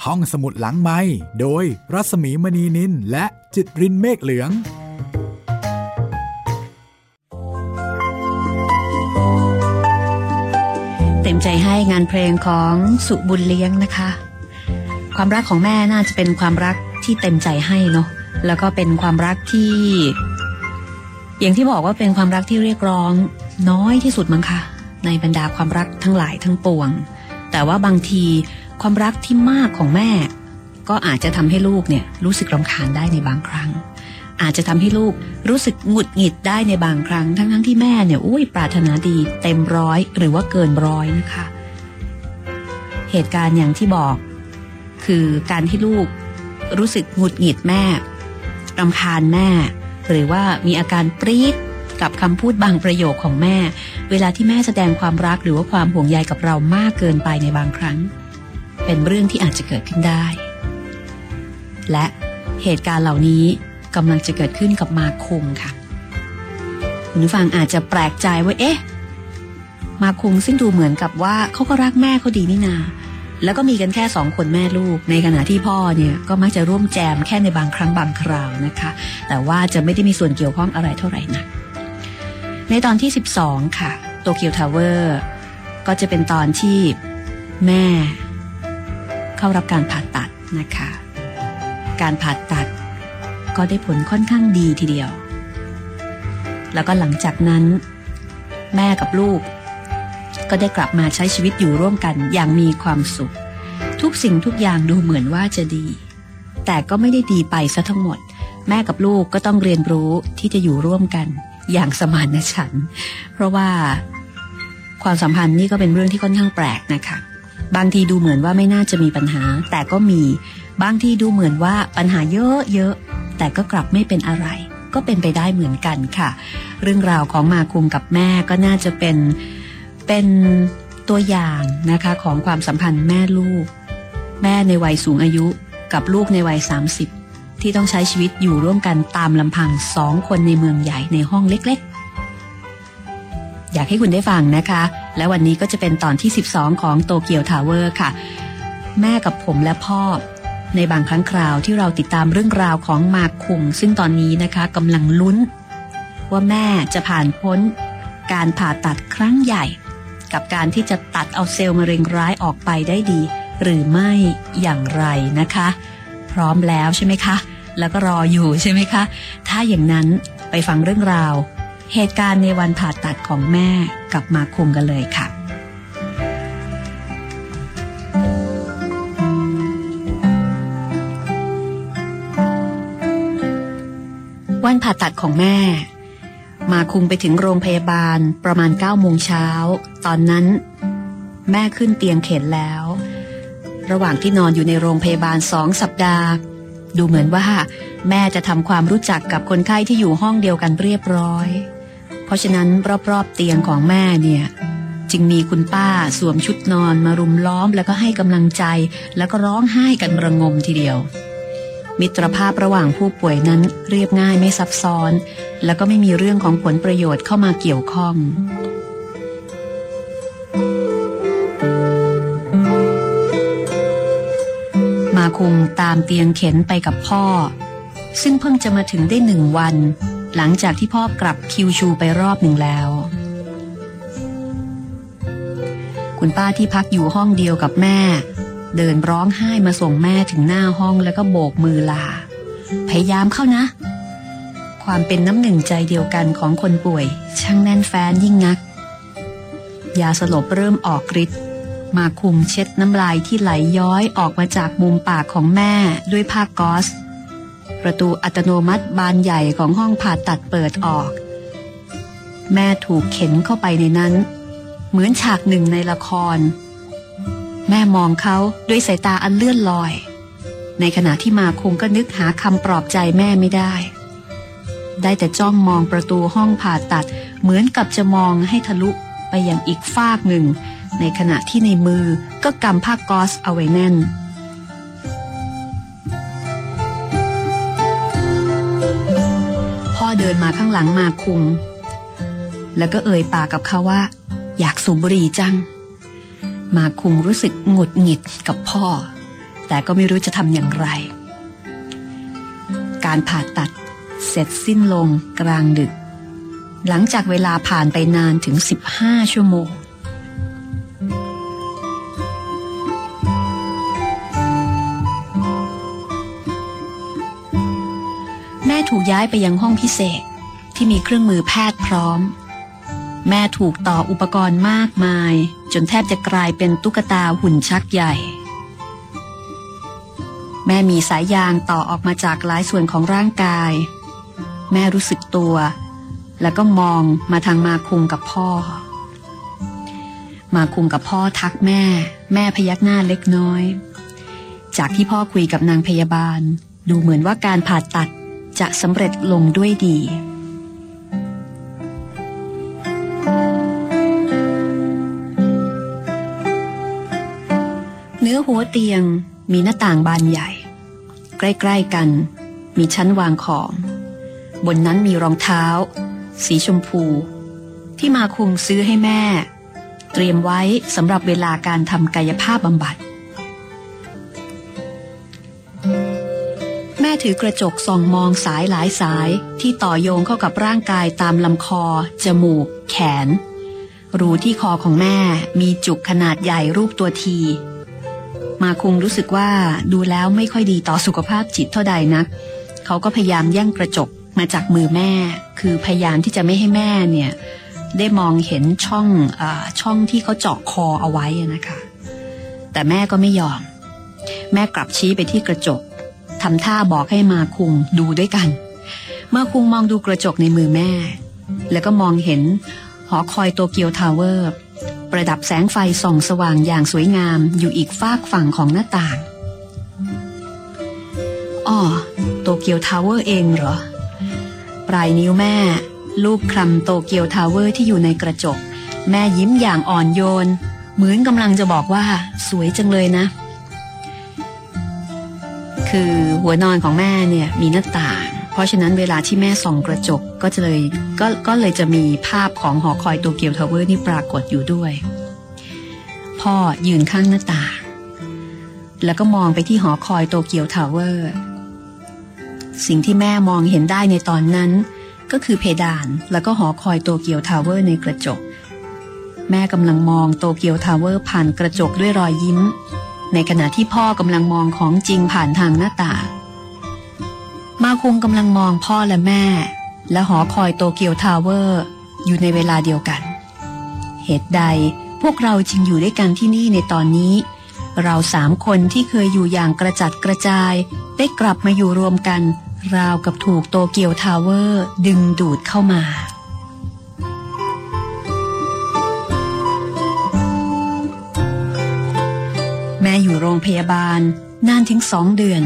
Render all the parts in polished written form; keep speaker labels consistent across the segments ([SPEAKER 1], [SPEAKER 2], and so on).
[SPEAKER 1] ห้องสมุดหลังไมค์โดยรัศมีมณีนินและจิตรินเมฆเหลือง
[SPEAKER 2] เต็มใจให้งานเพลงของสุบุญเลี้ยงนะคะความรักของแม่น่าจะเป็นความรักที่เต็มใจให้เนาะแล้วก็เป็นความรักที่อย่างที่บอกว่าเป็นความรักที่เรียกร้องน้อยที่สุดมั้งคะในบรรดาความรักทั้งหลายทั้งปวงแต่ว่าบางทีความรักที่มากของแม่ก็อาจจะทำให้ลูกเนี่ยรู้สึกรำคาญได้ในบางครั้งอาจจะทำให้ลูกรู้สึกหงุดหงิดได้ในบางครั้งทั้งที่แม่เนี่ยปรารถนาดีเต็มร้อยหรือว่าเกินร้อยนะคะเหตุการณ์อย่างที่บอกคือการที่ลูกรู้สึกหงุดหงิดแม่รำคาญแม่หรือว่ามีอาการปรี๊ดกับคำพูดบางประโยคของแม่เวลาที่แม่แสดงความรักหรือว่าความห่วงใยกับเรามากเกินไปในบางครั้งเป็นเรื่องที่อาจจะเกิดขึ้นได้และเหตุการณ์เหล่านี้กำลังจะเกิดขึ้นกับมาคุงค่ะคุณผู้ฟังอาจจะแปลกใจว่ามาคุงซึ่งดูเหมือนกับว่าเขาก็รักแม่เขาดีนี่นาแล้วก็มีกันแค่2คนแม่ลูกในขณะที่พ่อเนี่ยก็มักจะร่วมแจมแค่ในบางครั้งบางคราวนะคะแต่ว่าจะไม่ได้มีส่วนเกี่ยวข้องอะไรเท่าไหร่นักในตอนที่12ค่ะโตเกียวทาวเวอร์ก็จะเป็นตอนที่แม่เข้ารับการผ่าตัดนะคะการผ่าตัดก็ได้ผลค่อนข้างดีทีเดียวแล้วก็หลังจากนั้นแม่กับลูกก็ได้กลับมาใช้ชีวิตอยู่ร่วมกันอย่างมีความสุขทุกสิ่งทุกอย่างดูเหมือนว่าจะดีแต่ก็ไม่ได้ดีไปซะทั้งหมดแม่กับลูกก็ต้องเรียนรู้ที่จะอยู่ร่วมกันอย่างสมานฉันท์เพราะว่าความสัมพันธ์นี่ก็เป็นเรื่องที่ค่อนข้างแปลกนะคะบางทีดูเหมือนว่าไม่น่าจะมีปัญหาแต่ก็มีบางทีดูเหมือนว่าปัญหาเยอะๆแต่ก็กลับไม่เป็นอะไรก็เป็นไปได้เหมือนกันค่ะเรื่องราวของมาคุงกับแม่ก็น่าจะเป็นตัวอย่างนะคะของความสัมพันธ์แม่ลูกแม่ในวัยสูงอายุกับลูกในวัย30ที่ต้องใช้ชีวิตอยู่ร่วมกันตามลำพัง2คนในเมืองใหญ่ในห้องเล็กๆอยากให้คุณได้ฟังนะคะและวันนี้ก็จะเป็นตอนที่12ของโตเกียวทาวเวอร์ค่ะแม่กับผมและพ่อในบางครั้งคราวที่เราติดตามเรื่องราวของมาคุงซึ่งตอนนี้นะคะกำลังลุ้นว่าแม่จะผ่านพ้นการผ่าตัดครั้งใหญ่กับการที่จะตัดเอาเซลล์มะเร็งร้ายออกไปได้ดีหรือไม่อย่างไรนะคะพร้อมแล้วใช่ไหมคะแล้วก็รออยู่ใช่ไหมคะถ้าอย่างนั้นไปฟังเรื่องราวเหตุการณ์ในวันผ่าตัดของแม่กับมาคุงกันเลยค่ะวันผ่าตัดของแม่มาคุงไปถึงโรงพยาบาลประมาณ 9 โมงเช้าตอนนั้นแม่ขึ้นเตียงเข็นแล้วระหว่างที่นอนอยู่ในโรงพยาบาล2 สัปดาห์ดูเหมือนว่าแม่จะทำความรู้จักกับคนไข้ที่อยู่ห้องเดียวกันเรียบร้อยเพราะฉะนั้นรอบๆเตียงของแม่เนี่ยจึงมีคุณป้าสวมชุดนอนมารุมล้อมแล้วก็ให้กำลังใจแล้วก็ร้องไห้กันระงมทีเดียวมิตรภาพระหว่างผู้ป่วยนั้นเรียบง่ายไม่ซับซ้อนแล้วก็ไม่มีเรื่องของผลประโยชน์เข้ามาเกี่ยวข้องมาคุงตามเตียงเข็นไปกับพ่อซึ่งเพิ่งจะมาถึงได้1 วันหลังจากที่พ่อกลับคิวชูไปรอบหนึ่งแล้วคุณป้าที่พักอยู่ห้องเดียวกับแม่เดินร้องไห้มาส่งแม่ถึงหน้าห้องแล้วก็โบกมือลาพยายามเข้านะความเป็นน้ำหนึ่งใจเดียวกันของคนป่วยช่างแน่นแฟ้นยิ่งนักยาสลบเริ่มออกฤทธิ์มาคุมเช็ดน้ำลายที่ไหลย้อยออกมาจากมุมปากของแม่ด้วยผ้าก๊อซประตูอัตโนมัติบานใหญ่ของห้องผ่าตัดเปิดออกแม่ถูกเข็นเข้าไปในนั้นเหมือนฉากหนึ่งในละครแม่มองเขาด้วยสายตาอันเลื่อนลอยในขณะที่มาคุงก็นึกหาคำปลอบใจแม่ไม่ได้แต่จ้องมองประตูห้องผ่าตัดเหมือนกับจะมองให้ทะลุไปยังอีกฟากหนึ่งในขณะที่ในมือก็กำผ้าก๊อซเอาไว้แน่นพ่อเดินมาข้างหลังมาคุงแล้วก็เอ่ยปากกับเขาว่าอยากสูบบุหรี่จังมาคุงรู้สึกหงุดหงิดกับพ่อแต่ก็ไม่รู้จะทำอย่างไรการผ่าตัดเสร็จสิ้นลงกลางดึกหลังจากเวลาผ่านไปนานถึง15 ชั่วโมงแม่ถูกย้ายไปยังห้องพิเศษที่มีเครื่องมือแพทย์พร้อมแม่ถูกต่ออุปกรณ์มากมายจนแทบจะกลายเป็นตุ๊กตาหุ่นชักใหญ่แม่มีสายยางต่อออกมาจากหลายส่วนของร่างกายแม่รู้สึกตัวแล้วก็มองมาทางมาคุงกับพ่อมาคุงกับพ่อทักแม่พยักหน้าเล็กน้อยจากที่พ่อคุยกับนางพยาบาลดูเหมือนว่าการผ่าตัดจะสำเร็จลงด้วยดีเนื้อหัวเตียงมีหน้าต่างบานใหญ่ใกล้ๆกันมีชั้นวางของบนนั้นมีรองเท้าสีชมพูที่มาคุงซื้อให้แม่เตรียมไว้สำหรับเวลาการทำกายภาพบำบัดแม่ถือกระจกส่องมองสายหลายสายที่ต่อโยงเข้ากับร่างกายตามลำคอจมูกแขนรูที่คอของแม่มีจุกขนาดใหญ่รูปตัวทีมาคุงรู้สึกว่าดูแล้วไม่ค่อยดีต่อสุขภาพจิตเท่าใดนักเขาก็พยายามแย่งกระจกมาจากมือแม่คือพยายามที่จะไม่ให้แม่เนี่ยได้มองเห็นช่องที่เขาเจาะคอเอาไว้นะคะแต่แม่ก็ไม่ยอมแม่กลับชี้ไปที่กระจกทำท่าบอกให้มาคุงดูด้วยกันมาคุงมองดูกระจกในมือแม่แล้วก็มองเห็นหอคอยโตเกียวทาวเวอร์ประดับแสงไฟส่องสว่างอย่างสวยงามอยู่อีกฟากฝั่งของหน้าต่างอ้อโตเกียวทาวเวอร์เองเหรอปลายนิ้วแม่ลูบคลำโตเกียวทาวเวอร์ที่อยู่ในกระจกแม่ยิ้มอย่างอ่อนโยนเหมือนกำลังจะบอกว่าสวยจังเลยนะคือหัวนอนของแม่เนี่ยมีหน้าต่างเพราะฉะนั้นเวลาที่แม่ส่องกระจกก็เลยจะมีภาพของหอคอยโตเกียวทาวเวอร์นี่ปรากฏอยู่ด้วยพ่อยืนข้างหน้าต่างแล้วก็มองไปที่หอคอยโตเกียวทาวเวอร์สิ่งที่แม่มองเห็นได้ในตอนนั้นก็คือเพดานแล้วก็หอคอยโตเกียวทาวเวอร์ในกระจกแม่กำลังมองโตเกียวทาวเวอร์ผ่านกระจกด้วยรอยยิ้มในขณะที่พ่อกำลังมองของจริงผ่านทางหน้าต่างมาคุงกำลังมองพ่อและแม่และหอคอยโตเกียวทาวเวอร์อยู่ในเวลาเดียวกันเหตุใดพวกเราจึงอยู่ด้วยกันที่นี่ในตอนนี้เรา3 คนที่เคยอยู่อย่างกระจัดกระจายได้กลับมาอยู่รวมกันราวกับถูกโตเกียวทาวเวอร์ดึงดูดเข้ามาแม่อยู่โรงพยาบาลนานถึง2 เดือน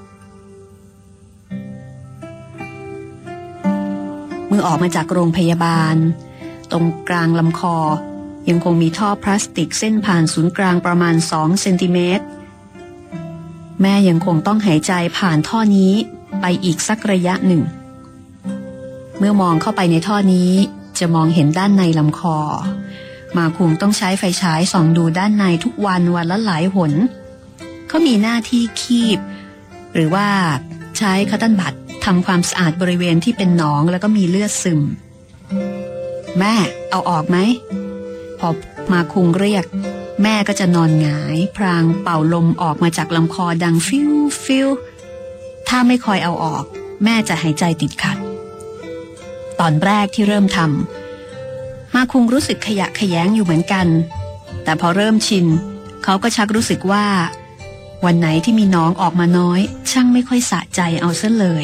[SPEAKER 2] เมื่อออกมาจากโรงพยาบาลตรงกลางลำคอยังคงมีท่อพลาสติกเส้นผ่านศูนย์กลางประมาณ2 เซนติเมตรแม่ยังคงต้องหายใจผ่านท่อนี้ไปอีกสักระยะหนึ่งเมื่อมองเข้าไปในท่อนี้จะมองเห็นด้านในลำคอมาคุงต้องใช้ไฟฉายส่องดูด้านในทุกวันละหลายหนเขามีหน้าที่คีบหรือว่าใช้คัตเติ้ลบัดทำความสะอาดบริเวณที่เป็นหนองแล้วก็มีเลือดซึมแม่เอาออกไหมพอมาคุงเรียกแม่ก็จะนอนหงายพรางเป่าลมออกมาจากลำคอดังฟิวฟิวถ้าไม่คอยเอาออกแม่จะหายใจติดขัดตอนแรกที่เริ่มทำมาคุงรู้สึกขยะแขยงอยู่เหมือนกันแต่พอเริ่มชินเขาก็ชักรู้สึกว่าวันไหนที่มีน้องออกมาน้อยช่างไม่ค่อยสะใจเอาซะเลย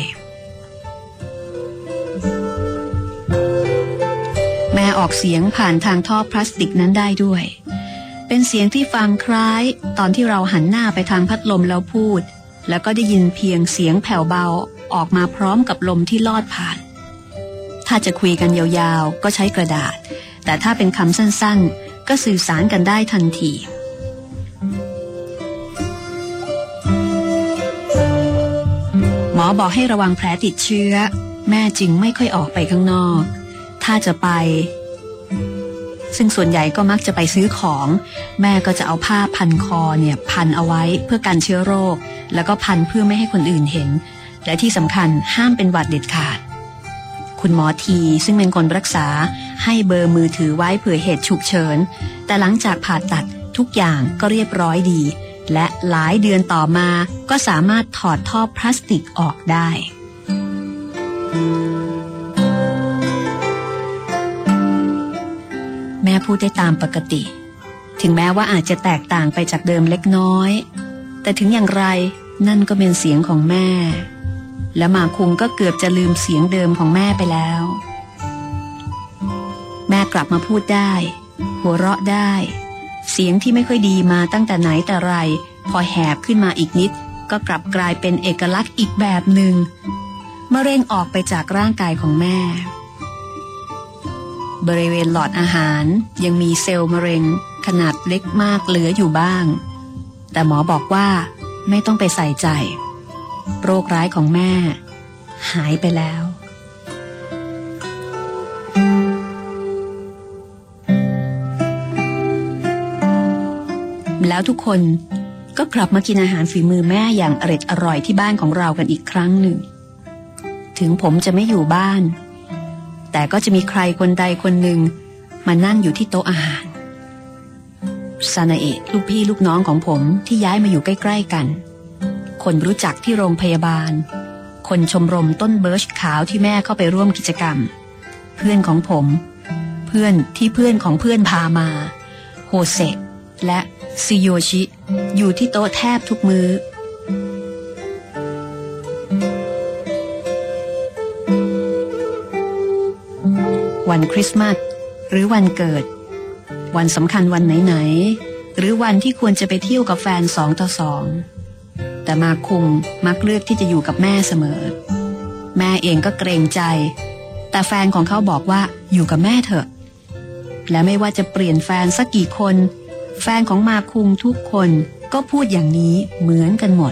[SPEAKER 2] แม่ออกเสียงผ่านทางท่อพลาสติกนั้นได้ด้วยเป็นเสียงที่ฟังคล้ายตอนที่เราหันหน้าไปทางพัดลมแล้วพูดแล้วก็ได้ยินเพียงเสียงแผ่วเบาออกมาพร้อมกับลมที่ลอดผ่านถ้าจะคุยกันยาวๆก็ใช้กระดาษแต่ถ้าเป็นคำสั้นๆก็สื่อสารกันได้ทันทีหมอบอกให้ระวังแผลติดเชื้อแม่จึงไม่ค่อยออกไปข้างนอกถ้าจะไปซึ่งส่วนใหญ่ก็มักจะไปซื้อของแม่ก็จะเอาผ้าพันคอเนี่ยพันเอาไว้เพื่อกันเชื้อโรคแล้วก็พันเพื่อไม่ให้คนอื่นเห็นและที่สำคัญห้ามเป็นหวัดเด็ดขาดคุณหมอทีซึ่งเป็นคนรักษาให้เบอร์มือถือไว้เผื่อเหตุฉุกเฉินแต่หลังจากผ่าตัดทุกอย่างก็เรียบร้อยดีและหลายเดือนต่อมาก็สามารถถอดท่อพลาสติกออกได้แม่พูดได้ตามปกติถึงแม้ว่าอาจจะแตกต่างไปจากเดิมเล็กน้อยแต่ถึงอย่างไรนั่นก็เป็นเสียงของแม่และมาคุงก็เกือบจะลืมเสียงเดิมของแม่ไปแล้วแม่กลับมาพูดได้หัวเราะได้เสียงที่ไม่ค่อยดีมาตั้งแต่ไหนแต่ไรพอแหบขึ้นมาอีกนิดก็กลับกลายเป็นเอกลักษณ์อีกแบบหนึ่งมะเร็งออกไปจากร่างกายของแม่บริเวณหลอดอาหารยังมีเซลล์มะเร็งขนาดเล็กมากเหลืออยู่บ้างแต่หมอบอกว่าไม่ต้องไปใส่ใจโรคร้ายของแม่หายไปแล้วแล้วทุกคนก็กลับมากินอาหารฝีมือแม่อย่างอร่อยที่บ้านของเรากันอีกครั้งหนึ่งถึงผมจะไม่อยู่บ้านแต่ก็จะมีใครคนใดคนหนึ่งมานั่งอยู่ที่โต๊ะอาหารซานาเอะลูกพี่ลูกน้องของผมที่ย้ายมาอยู่ใกล้ๆกันคนรู้จักที่โรงพยาบาลคนชมรมต้นเบิร์ชขาวที่แม่เข้าไปร่วมกิจกรรมเพื่อนของผมเพื่อนที่เพื่อนของเพื่อนพามาโฮเซะและซิโยชิอยู่ที่โต๊ะแทบทุกมื้อวันคริสต์มาสหรือวันเกิดวันสำคัญวันไหนๆหรือวันที่ควรจะไปเที่ยวกับแฟน2 ต่อ 2แต่มาคุงมักเลือกที่จะอยู่กับแม่เสมอแม่เองก็เกรงใจแต่แฟนของเขาบอกว่าอยู่กับแม่เถอะและไม่ว่าจะเปลี่ยนแฟนสักกี่คนแฟนของมาคุงทุกคนก็พูดอย่างนี้เหมือนกันหมด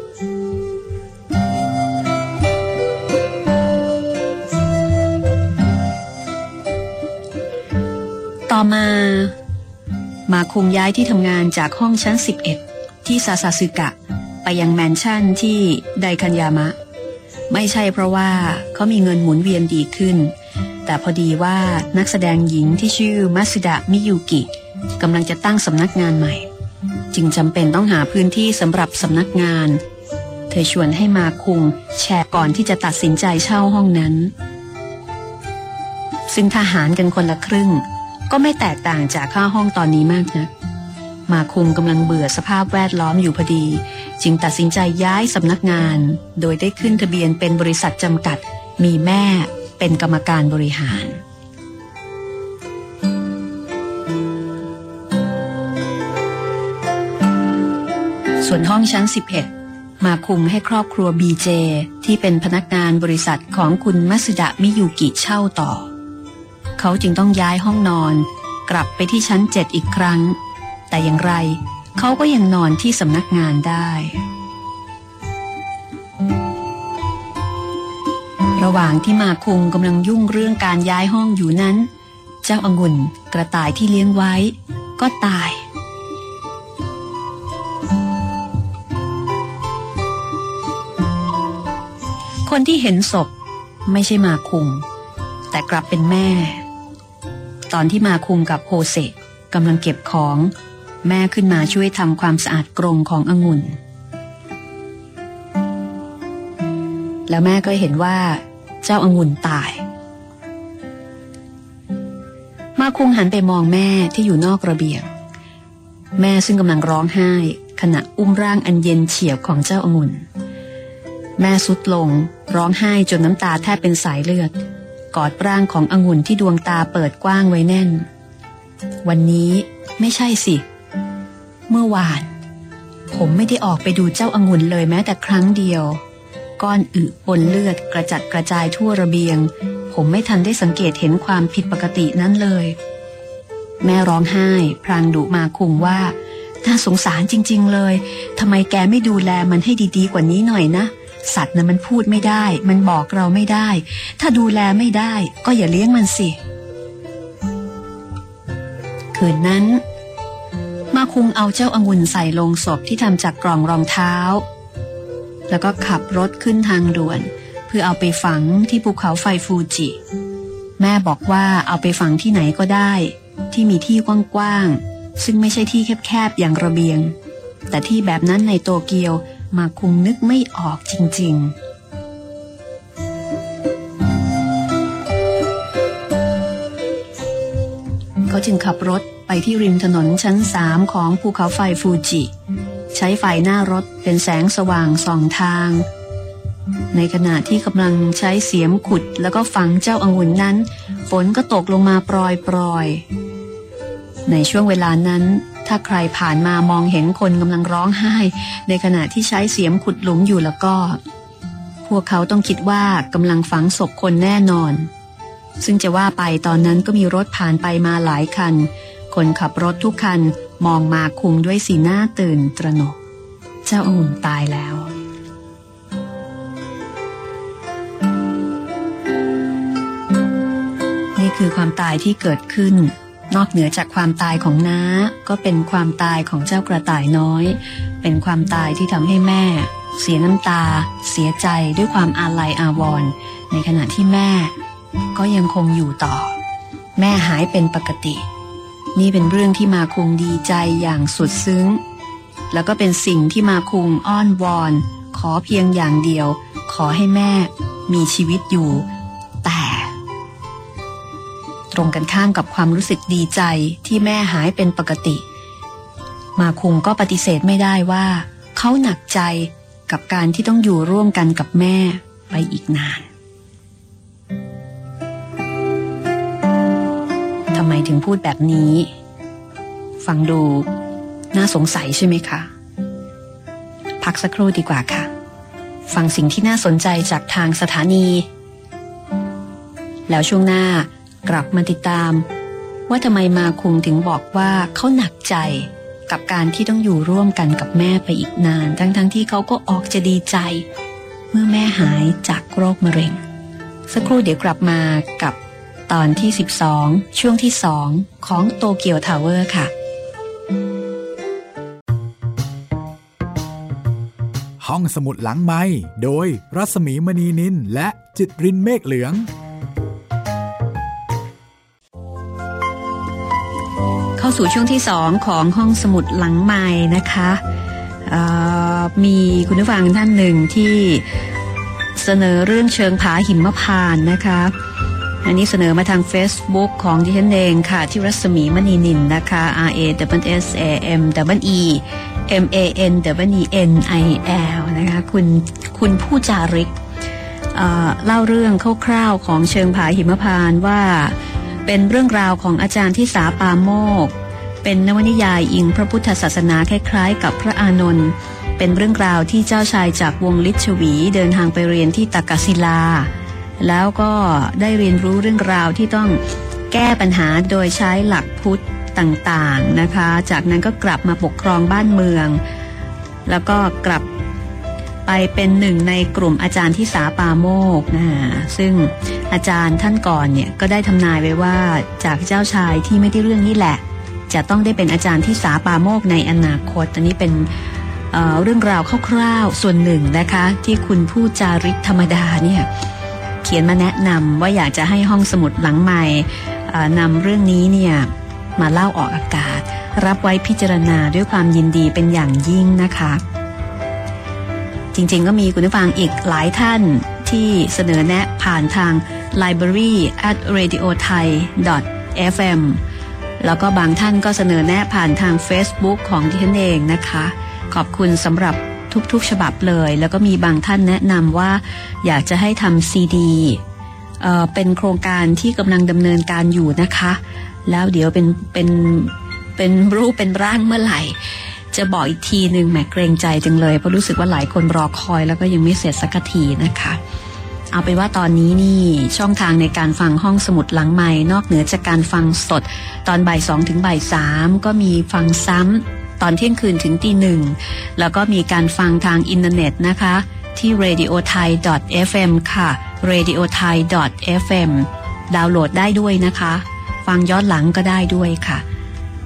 [SPEAKER 2] ต่อมาคุงย้ายที่ทำงานจากห้องชั้น11ที่ซาซาสึกะไปยังแมนชั่นที่ไดคันยามะไม่ใช่เพราะว่าเขามีเงินหมุนเวียนดีขึ้นแต่พอดีว่านักแสดงหญิงที่ชื่อมัตสึดะมิยุกิกำลังจะตั้งสำนักงานใหม่จึงจำเป็นต้องหาพื้นที่สำหรับสำนักงานเธอชวนให้มาคุงแชร์ก่อนที่จะตัดสินใจเช่าห้องนั้นซึ่งถ้าหารกันคนละครึ่งก็ไม่แตกต่างจากค่าห้องตอนนี้มากนะมาคุงกำลังเบื่อสภาพแวดล้อมอยู่พอดีจึงตัดสินใจย้ายสำนักงานโดยได้ขึ้นทะเบียนเป็นบริษัทจำกัดมีแม่เป็นกรรมการบริหารส่วนห้องชั้น11มาคุงให้ครอบครัว BJ ที่เป็นพนักงานบริษัทของคุณมัตสึดะมิยุกิเช่าต่อเขาจึงต้องย้ายห้องนอนกลับไปที่ชั้น7อีกครั้งแต่อย่างไรเขาก็ยังนอนที่สำนักงานได้ระหว่างที่มาคุงกำลังยุ่งเรื่องการย้ายห้องอยู่นั้นเจ้าองุ่นกระต่ายที่เลี้ยงไว้ก็ตายคนที่เห็นศพไม่ใช่มาคุงแต่กลับเป็นแม่ตอนที่มาคุงกับโฮเซะกำลังเก็บของแม่ขึ้นมาช่วยทำความสะอาดกรงขององุ่นแล้วแม่ก็เห็นว่าเจ้าองุ่นตายมาคุงหันไปมองแม่ที่อยู่นอกระเบียงแม่ซึ่งกำลังร้องไห้ขณะอุ้มร่างอันเย็นเฉียบของเจ้าองุ่นแม่สุดลงร้องไห้จนน้ำตาแทบเป็นสายเลือดกอดร่างขององุ่นที่ดวงตาเปิดกว้างไว้แน่นวันนี้ไม่ใช่สิเมื่อวานผมไม่ได้ออกไปดูเจ้าองุ่นเลยแม้แต่ครั้งเดียวก้อนอึปนเลือดกระจัดกระจายทั่วระเบียงผมไม่ทันได้สังเกตเห็นความผิดปกตินั้นเลยแม่ร้องไห้พลางดุมาคุงว่าน่าสงสารจริงๆเลยทำไมแกไม่ดูแลมันให้ดีๆกว่านี้หน่อยนะสัตว์น่ะมันพูดไม่ได้มันบอกเราไม่ได้ถ้าดูแลไม่ได้ก็อย่าเลี้ยงมันสิคืนนั้นมาคุงเอาเจ้าองุ่นใส่ลงศพที่ทำจากกล่องรองเท้าแล้วก็ขับรถขึ้นทางด่วนเพื่อเอาไปฝังที่ภูเขาไฟฟูจิแม่บอกว่าเอาไปฝังที่ไหนก็ได้ที่มีที่กว้างๆซึ่งไม่ใช่ที่แคบๆอย่างระเบียงแต่ที่แบบนั้นในโตเกียวมาคุงนึกไม่ออกจริงๆเขาจึงขับรถไปที่ริมถนนชั้น3ของภูเขาไฟฟูจิใช้ไฟหน้ารถเป็นแสงสว่างส่องทางในขณะที่กำลังใช้เสียมขุดแล้วก็ฝังเจ้าองุ่นนั้นฝนก็ตกลงมาปรอยๆในช่วงเวลานั้นถ้าใครผ่านมามองเห็นคนกำลังร้องไห้ในขณะที่ใช้เสียมขุดหลุมอยู่แล้วก็พวกเขาต้องคิดว่ากำลังฝังศพคนแน่นอนซึ่งจะว่าไปตอนนั้นก็มีรถผ่านไปมาหลายคันคนขับรถทุกคันมองมาคุงด้วยสีหน้าตื่นตระหนกเจ้าองุ่นตายแล้วนี่คือความตายที่เกิดขึ้นนอกเหนือจากความตายของน้าก็เป็นความตายของเจ้ากระต่ายน้อยเป็นความตายที่ทำให้แม่เสียน้ำตาเสียใจด้วยความอาลัยอาวรณ์ในขณะที่แม่ก็ยังคงอยู่ต่อแม่หายเป็นปกตินี่เป็นเรื่องที่มาคุงดีใจอย่างสุดซึ้งแล้วก็เป็นสิ่งที่มาคุงอ้อนวอนขอเพียงอย่างเดียวขอให้แม่มีชีวิตอยู่แต่ตรงกันข้ามกับความรู้สึกดีใจที่แม่หายเป็นปกติมาคุงก็ปฏิเสธไม่ได้ว่าเขาหนักใจกับการที่ต้องอยู่ร่วมกันกับแม่ไปอีกนานทำไมถึงพูดแบบนี้ฟังดูน่าสงสัยใช่ไหมคะพักสักครู่ดีกว่าค่ะฟังสิ่งที่น่าสนใจจากทางสถานีแล้วช่วงหน้ากลับมาติดตามว่าทำไมมาคุงถึงบอกว่าเขาหนักใจกับการที่ต้องอยู่ร่วมกันกับแม่ไปอีกนานทั้งที่เขาก็ออกจะดีใจเมื่อแม่หายจากโรคมะเร็งสักครู่เดี๋ยวกลับมากับตอนที่12ช่วงที่2ของโตเกียวทาวเวอร์ค่ะ
[SPEAKER 1] ห้องสมุดหลังไมค์โดยรัศมีมณีนินและจิตรินเมฆเหลือง
[SPEAKER 2] เข้าสู่ช่วงที่2ของห้องสมุดหลังไมค์นะคะมีคุณผู้ฟังท่านหนึ่งที่เสนอเรื่องเชิงผาหิมพานต์นะคะอันนี้เสนอมาทาง Facebook ของดิฉันเองค่ะที่รัศมีมณีนินนะคะ RASSAMEMANENIL นะคะคุณผู้จาริกเล่าเรื่องคร่าวๆของเชิงผาหิมพานต์ว่าเป็นเรื่องราวของอาจารย์ที่สาปาโมกเป็นนวนิยายอิงพระพุทธศาสนาคล้ายๆกับพระอานนท์เป็นเรื่องราวที่เจ้าชายจากวงลิชวีเดินทางไปเรียนที่ตักกศิลาแล้วก็ได้เรียนรู้เรื่องราวที่ต้องแก้ปัญหาโดยใช้หลักพุทธต่างๆนะคะจากนั้นก็กลับมาปกครองบ้านเมืองแล้วก็กลับไปเป็นหนึ่งในกลุ่มอาจารย์ที่สาปาโมกซึ่งอาจารย์ท่านก่อนเนี่ยก็ได้ทำนายไว้ว่าจากเจ้าชายที่ไม่ได้เรื่องนี่แหละจะต้องได้เป็นอาจารย์ที่สาปาโมกในอนาคตอันนี้เป็นเรื่องราวคร่าวๆส่วนหนึ่งนะคะที่คุณผู้จาริกธรรมดาเนี่ยเขียนมาแนะนำว่าอยากจะให้ห้องสมุดหลังใหม่นำเรื่องนี้เนี่ยมาเล่าออกอากาศรับไว้พิจารณาด้วยความยินดีเป็นอย่างยิ่งนะคะจริงๆก็มีคุณผู้ฟังอีกหลายท่านที่เสนอแนะผ่านทาง library@radiothai.fm แล้วก็บางท่านก็เสนอแนะผ่านทาง Facebook ของดิฉันเองนะคะขอบคุณสำหรับทุกๆฉบับเลยแล้วก็มีบางท่านแนะนำว่าอยากจะให้ทำซีดีเป็นโครงการที่กำลังดำเนินการอยู่นะคะแล้วเดี๋ยวเป็นรูปเป็นร่างเมื่อไหร่จะบอกอีกทีนึงแหมเกรงใจจังเลยเพราะรู้สึกว่าหลายคนรอคอยแล้วก็ยังไม่เสร็จสักทีนะคะเอาเป็นว่าตอนนี้นี่ช่องทางในการฟังห้องสมุดหลังไมค์นอกเหนือจากการฟังสดตอนบ่าย2ถึงบ่าย3ก็มีฟังซ้ำตอนเที่ยงคืนถึงตีหนึ่งแล้วก็มีการฟังทางอินเทอร์เน็ตนะคะที่ radiothai.fm ค่ะ radiothai.fm ดาวน์โหลดได้ด้วยนะคะฟังย้อนหลังก็ได้ด้วยค่ะ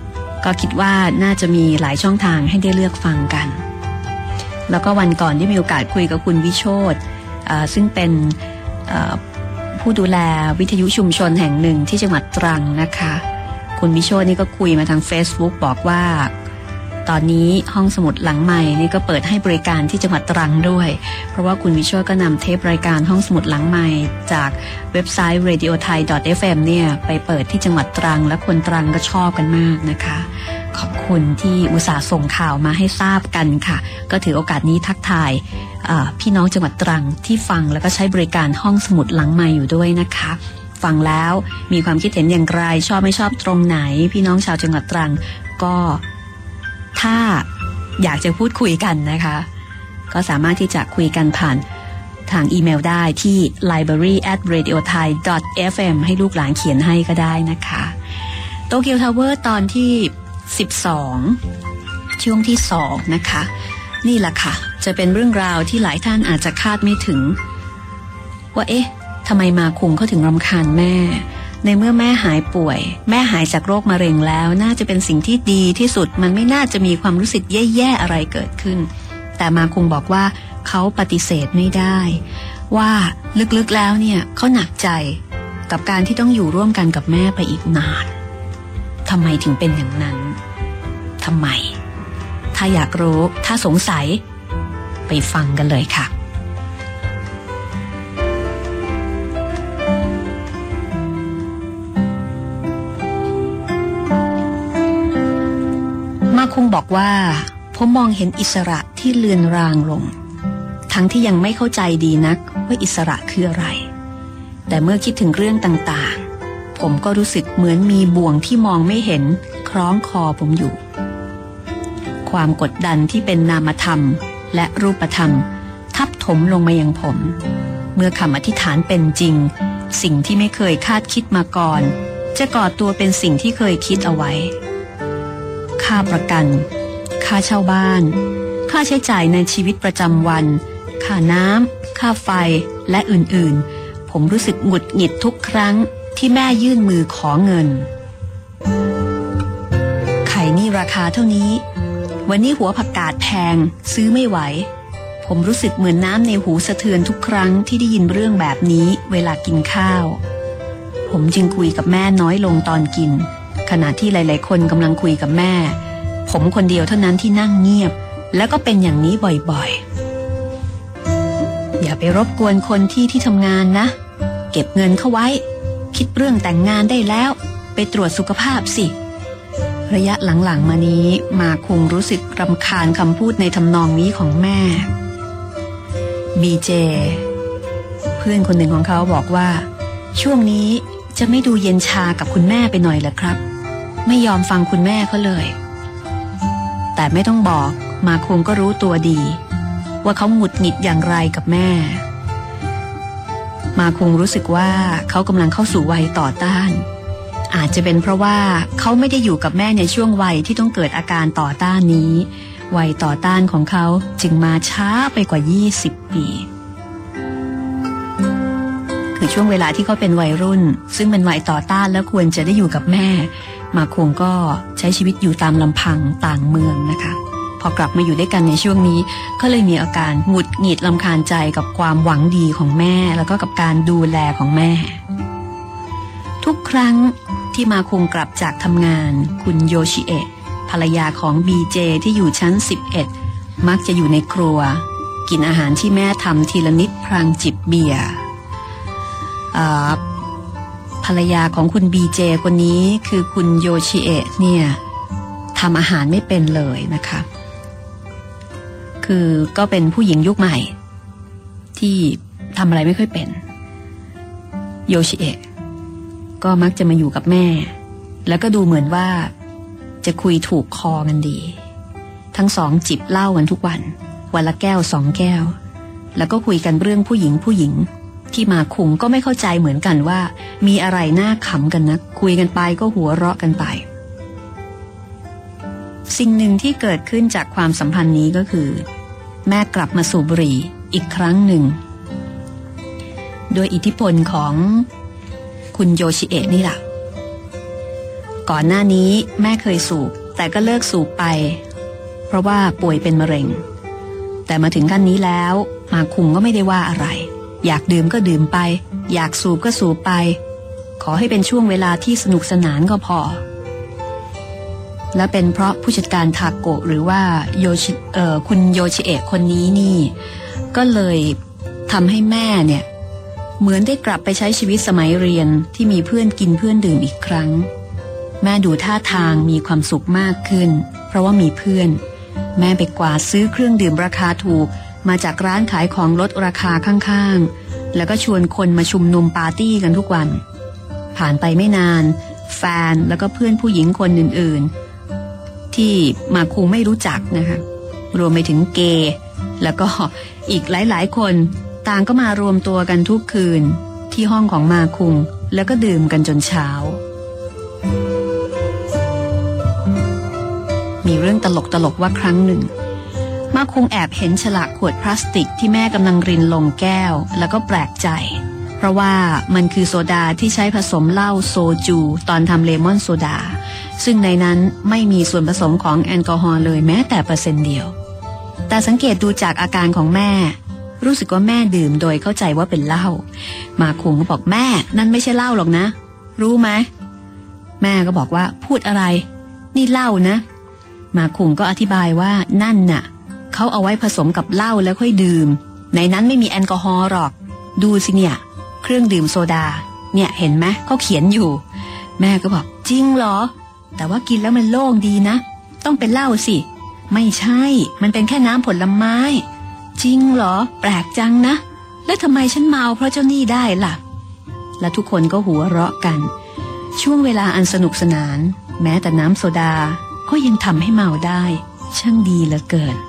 [SPEAKER 2] ก็คิดว่าน่าจะมีหลายช่องทางให้ได้เลือกฟังกันแล้วก็วันก่อนได้มีโอกาสคุยกับคุณวิโชติซึ่งเป็นผู้ดูแลวิทยุชุมชนแห่งหนึ่งที่จังหวัดตรังนะคะคุณวิโชตินี่ก็คุยมาทาง Facebook บอกว่าตอนนี้ห้องสมุดหลังใหม่นี่ก็เปิดให้บริการที่จังหวัดตรังด้วยเพราะว่าคุณวิโชติก็นำเทปรายการห้องสมุดหลังใหม่จากเว็บไซต์ radiothai.fm เนี่ยไปเปิดที่จังหวัดตรังและคนตรังก็ชอบกันมากนะคะขอบคุณที่อุตส่าห์ส่งข่าวมาให้ทราบกันค่ะก็ถือโอกาสนี้ทักทายพี่น้องจังหวัดตรังที่ฟังแล้วก็ใช้บริการห้องสมุดหลังใหม่อยู่ด้วยนะคะฟังแล้วมีความคิดเห็นอย่างไรชอบไม่ชอบตรงไหนพี่น้องชาวจังหวัดตรังก็ถ้าอยากจะพูดคุยกันนะคะก็สามารถที่จะคุยกันผ่านทางอีเมลได้ที่ library@radiothai.fm ให้ลูกหลานเขียนให้ก็ได้นะคะโตเกียวทาวเวอร์ตอนที่12ช่วงที่2นะคะนี่แหละค่ะจะเป็นเรื่องราวที่หลายท่านอาจจะคาดไม่ถึงว่าเอ๊ะทำไมมาคุงเขาถึงรำคาญแม่ในเมื่อแม่หายป่วยแม่หายจากโรคมะเร็งแล้วน่าจะเป็นสิ่งที่ดีที่สุดมันไม่น่าจะมีความรู้สึกแย่ๆอะไรเกิดขึ้นแต่มาคุงบอกว่าเขาปฏิเสธไม่ได้ว่าลึกๆแล้วเนี่ยเขาหนักใจกับการที่ต้องอยู่ร่วมกันกับแม่ไปอีกนานทำไมถึงเป็นอย่างนั้นทำไมถ้าอยากรู้ถ้าสงสัยไปฟังกันเลยค่ะมาคุงบอกว่าผมมองเห็นอิสระที่เลือนรางลงทั้งที่ยังไม่เข้าใจดีนักว่าอิสระคืออะไรแต่เมื่อคิดถึงเรื่องต่างๆผมก็รู้สึกเหมือนมีบ่วงที่มองไม่เห็นคล้องคอผมอยู่ความกดดันที่เป็นนามธรรมและรูปธรรมทับถมลงมายังผมเมื่อคำอธิษฐานเป็นจริงสิ่งที่ไม่เคยคาดคิดมาก่อนจะก่อตัวเป็นสิ่งที่เคยคิดเอาไว้ค่าประกันค่าเช่าบ้านค่าใช้จ่ายในชีวิตประจำวันค่าน้ำค่าไฟและอื่นๆผมรู้สึกหงุดหงิดทุกครั้งที่แม่ยื่นมือขอเงินไข่นี่ราคาเท่านี้วันนี้หัวผักกาดแพงซื้อไม่ไหวผมรู้สึกเหมือนน้ำในหูสะเทือนทุกครั้งที่ได้ยินเรื่องแบบนี้เวลากินข้าวผมจึงคุยกับแม่น้อยลงตอนกินขณะที่หลายๆคนกำลังคุยกับแม่ผมคนเดียวเท่านั้นที่นั่งเงียบแล้วก็เป็นอย่างนี้บ่อยๆอย่าไปรบกวนคนที่ทำงานนะเก็บเงินเข้าไว้คิดเรื่องแต่งงานได้แล้วไปตรวจสุขภาพสิระยะหลังๆมานี้มาคงรู้สึกรำคาญคำพูดในทำนองนี้ของแม่บีเจเพื่อนคนหนึ่งของเขาบอกว่าช่วงนี้จะไม่ดูเย็นชากับคุณแม่ไปหน่อยเหรอครับไม่ยอมฟังคุณแม่เขาเลยแต่ไม่ต้องบอกมาคงก็รู้ตัวดีว่าเขาหงุดหงิดอย่างไรกับแม่มาคงรู้สึกว่าเขากำลังเข้าสู่วัยต่อต้านอาจจะเป็นเพราะว่าเขาไม่ได้อยู่กับแม่ในช่วงวัยที่ต้องเกิดอาการต่อต้านนี้วัยต่อต้านของเขาจึงมาช้าไปกว่า20 ปีคือช่วงเวลาที่เขาเป็นวัยรุ่นซึ่งเป็นวัยต่อต้านแล้วควรจะได้อยู่กับแม่มาคงก็ใช้ชีวิตอยู่ตามลำพังต่างเมืองนะคะพอกลับมาอยู่ด้วยกันในช่วงนี้ก็เลยมีอาการหงุดหงิดรำคาญใจกับความหวังดีของแม่แล้วก็กับการดูแลของแม่ทุกครั้งที่มาคงกลับจากทำงานคุณโยชิเอะภรรยาของบีเจที่อยู่ชั้น11มักจะอยู่ในครัวกินอาหารที่แม่ทำทีละนิดพลางจิบเบียร์ภรรยาของคุณบีเจคนนี้คือคุณโยชิเอะเนี่ยทำอาหารไม่เป็นเลยนะคะคือก็เป็นผู้หญิงยุคใหม่ที่ทำอะไรไม่ค่อยเป็นโยชิเอะก็มักจะมาอยู่กับแม่แล้วก็ดูเหมือนว่าจะคุยถูกคอกันดีทั้งสองจิบเหล้ากันทุกวันวันละแก้ว2 แก้วแล้วก็คุยกันเรื่องผู้หญิงที่มาคุงก็ไม่เข้าใจเหมือนกันว่ามีอะไรน่าขำกันนะคุยกันไปก็หัวเราะกันไปสิ่งหนึ่งที่เกิดขึ้นจากความสัมพันธ์นี้ก็คือแม่กลับมาสูบบุหรี่อีกครั้งหนึ่งโดยอิทธิพลของคุณโยชิเอะนี่แหละก่อนหน้านี้แม่เคยสูบแต่ก็เลิกสูบไปเพราะว่าป่วยเป็นมะเร็งแต่มาถึงขั้นนี้แล้วมาคุงก็ไม่ได้ว่าอะไรอยากดื่มก็ดื่มไปอยากสูบก็สูบไปขอให้เป็นช่วงเวลาที่สนุกสนานก็พอและเป็นเพราะผู้จัดการทาโกะหรือว่าคุณโยชิเอะคนนี้นี่ก็เลยทำให้แม่เนี่ยเหมือนได้กลับไปใช้ชีวิตสมัยเรียนที่มีเพื่อนกินเพื่อนดื่มอีกครั้งแม่ดูท่าทางมีความสุขมากขึ้นเพราะว่ามีเพื่อนแม่ไปกวาดซื้อเครื่องดื่มราคาถูกมาจากร้านขายของลดราคาข้างๆแล้วก็ชวนคนมาชุมนุมปาร์ตี้กันทุกวันผ่านไปไม่นานแฟนแล้วก็เพื่อนผู้หญิงคนอื่นๆที่มาคุงไม่รู้จักนะคะรวมไปถึงเกย์แล้วก็อีกหลายๆคนต่างก็มารวมตัวกันทุกคืนที่ห้องของมาคุงแล้วก็ดื่มกันจนเช้ามีเรื่องตลกว่าครั้งหนึ่งมาคุงแอบเห็นฉลากขวดพลาสติกที่แม่กำลังรินลงแก้วแล้วก็แปลกใจเพราะว่ามันคือโซดาที่ใช้ผสมเหล้าโซจูตอนทำเลมอนโซดาซึ่งในนั้นไม่มีส่วนผสมของแอลกอฮอล์เลยแม้แต่%เดียวแต่สังเกตดูจากอาการของแม่รู้สึกว่าแม่ดื่มโดยเข้าใจว่าเป็นเหล้ามาคุงก็บอกแม่นั่นไม่ใช่เหล้าหรอกนะรู้ไหมแม่ก็บอกว่าพูดอะไรนี่เหล้านะมาคุงก็อธิบายว่านั่นน่ะเขาเอาไว้ผสมกับเหล้าแล้วค่อยดื่มในนั้นไม่มีแอลกอฮอล์หรอกดูสิเนี่ยเครื่องดื่มโซดาเนี่ยเห็นไหมเขาเขียนอยู่แม่ก็บอกจริงเหรอแต่ว่ากินแล้วมันโล่งดีนะต้องเป็นเหล้าสิไม่ใช่มันเป็นแค่น้ำผลไม้จริงเหรอแปลกจังนะแล้วทำไมฉันเมาเพราะเจ้านี่ได้ล่ะและทุกคนก็หัวเราะกันช่วงเวลาอันสนุกสนานแม้แต่น้ำโซดาก็ยังทำให้เมาได้ช่างดีเหลือเกิน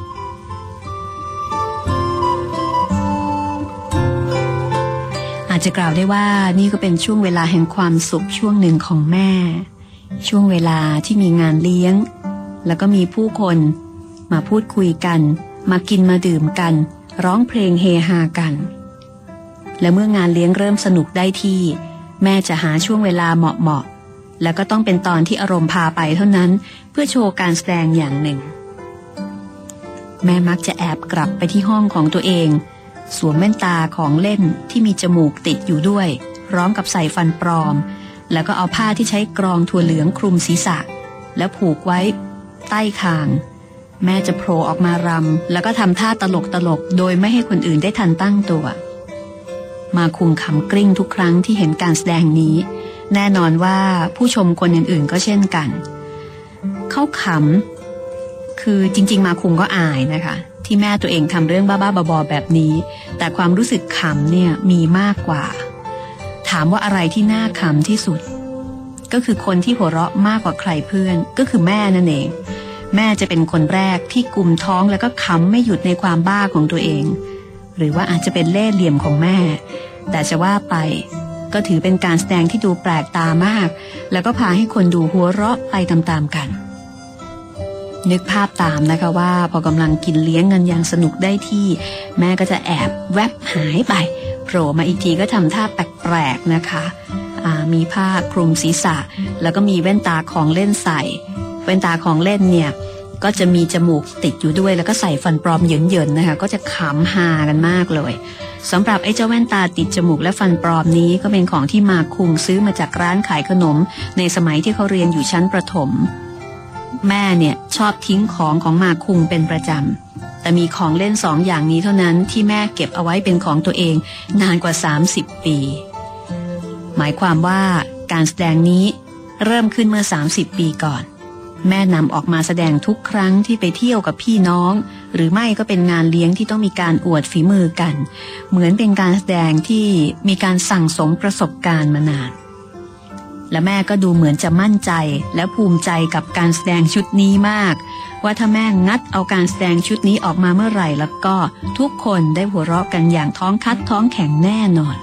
[SPEAKER 2] อาจจะกล่าวได้ว่านี่ก็เป็นช่วงเวลาแห่งความสุขช่วงหนึ่งของแม่ช่วงเวลาที่มีงานเลี้ยงแล้วก็มีผู้คนมาพูดคุยกันมากินมาดื่มกันร้องเพลงเฮฮากันและเมื่องานเลี้ยงเริ่มสนุกได้ที่แม่จะหาช่วงเวลาเหมาะๆแล้วก็ต้องเป็นตอนที่อารมณ์พาไปเท่านั้นเพื่อโชว์การแสดงอย่างหนึ่งแม่มักจะแอบกลับไปที่ห้องของตัวเองสวมแว่นตาของเล่นที่มีจมูกติดอยู่ด้วยพร้อมกับใส่ฟันปลอมแล้วก็เอาผ้าที่ใช้กรองถั่วเหลืองคลุมศีรษะแล้วผูกไว้ใต้คางแม่จะโผล่ออกมารำแล้วก็ทำท่าตลกโดยไม่ให้คนอื่นได้ทันตั้งตัวมาคุงขำกริ้งทุกครั้งที่เห็นการแสดงนี้แน่นอนว่าผู้ชมคนอื่นๆก็เช่นกันเขาขำคือจริงๆมาคุงก็อายนะคะที่แม่ตัวเองทำเรื่องบ้าๆบอๆแบบนี้แต่ความรู้สึกขำเนี่ยมีมากกว่าถามว่าอะไรที่น่าขำที่สุดก็คือคนที่หัวเราะมากกว่าใครเพื่อนก็คือแม่นั่นเองแม่จะเป็นคนแรกที่กุมท้องแล้วก็ขำไม่หยุดในความบ้าของตัวเองหรือว่าอาจจะเป็นเล่ห์เหลี่ยมของแม่แต่จะว่าไปก็ถือเป็นการแสดงที่ดูแปลกตามากแล้วก็พาให้คนดูหัวเราะไปตามๆกันนึกภาพตามนะคะว่าพอกำลังกินเลี้ยงกันอย่างสนุกได้ที่แม่ก็จะแอบแวบหายไปโผล่มาอีกทีก็ทำท่าแปลกๆนะคะมีผ้าคลุมศีรษะแล้วก็มีแว่นตาของเล่นใส่แว่นตาของเล่นเนี่ยก็จะมีจมูกติดอยู่ด้วยแล้วก็ใส่ฟันปลอมเหยินๆนะคะก็จะขำฮากันมากเลยสำหรับไอ้เจ้าแว่นตาติดจมูกและฟันปลอมนี้ก็เป็นของที่มาคุงซื้อมาจากร้านขายขนมในสมัยที่เขาเรียนอยู่ชั้นประถมแม่เนี่ยชอบทิ้งของมาคุงเป็นประจำแต่มีของเล่น2 อย่างนี้เท่านั้นที่แม่เก็บเอาไว้เป็นของตัวเองนานกว่า30 ปีหมายความว่าการแสดงนี้เริ่มขึ้นเมื่อ30 ปีก่อนแม่นำออกมาแสดงทุกครั้งที่ไปเที่ยวกับพี่น้องหรือไม่ก็เป็นงานเลี้ยงที่ต้องมีการอวดฝีมือกันเหมือนเป็นการแสดงที่มีการสั่งสมประสบการณ์มานานและแม่ก็ดูเหมือนจะมั่นใจและภูมิใจกับการแสดงชุดนี้มากว่าถ้าแม่งัดเอาการแสดงชุดนี้ออกมาเมื่อไหร่แล้วก็ทุกคนได้หัวเราะกันอย่างท้องคัดท้องแข็งแน่นอน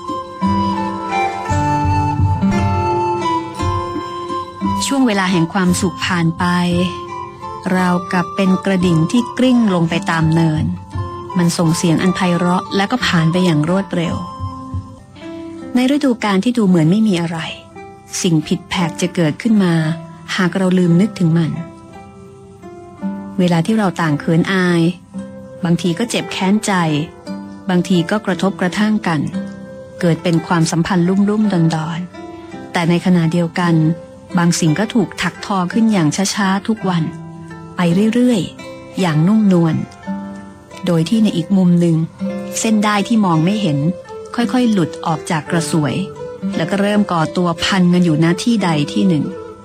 [SPEAKER 2] ช่วงเวลาแห่งความสุขผ่านไปราวกับเป็นกระดิ่งที่กริ้งลงไปตามเนินมันส่งเสียงอันไพเราะและก็ผ่านไปอย่างรวดเร็วในฤดูกาลที่ดูเหมือนไม่มีอะไรสิ่งผิดแผกจะเกิดขึ้นมาหหากเราลืมนึกถึงมันเวลาที่เราต่างเขินอายบางทีก็เจ็บแค้นใจบางทีก็กระทบกระทั่งกันเกิดเป็นความสัมพันธ์ลุ่มๆดอนๆแต่ในขณะเดียวกันบางสิ่งก็ถูกถักทอขึ้นอย่างช้าๆทุกวันไปเรื่อยๆอย่างนุ่มนวลโดยที่ในอีกมุมหนึ่งเส้นด้ายที่มองไม่เห็นค่อยๆหลุดออกจากกระสวยแล้วก็เริ่มก่อตัวพันกันอยู่ณที่ใดที่หนึ่ง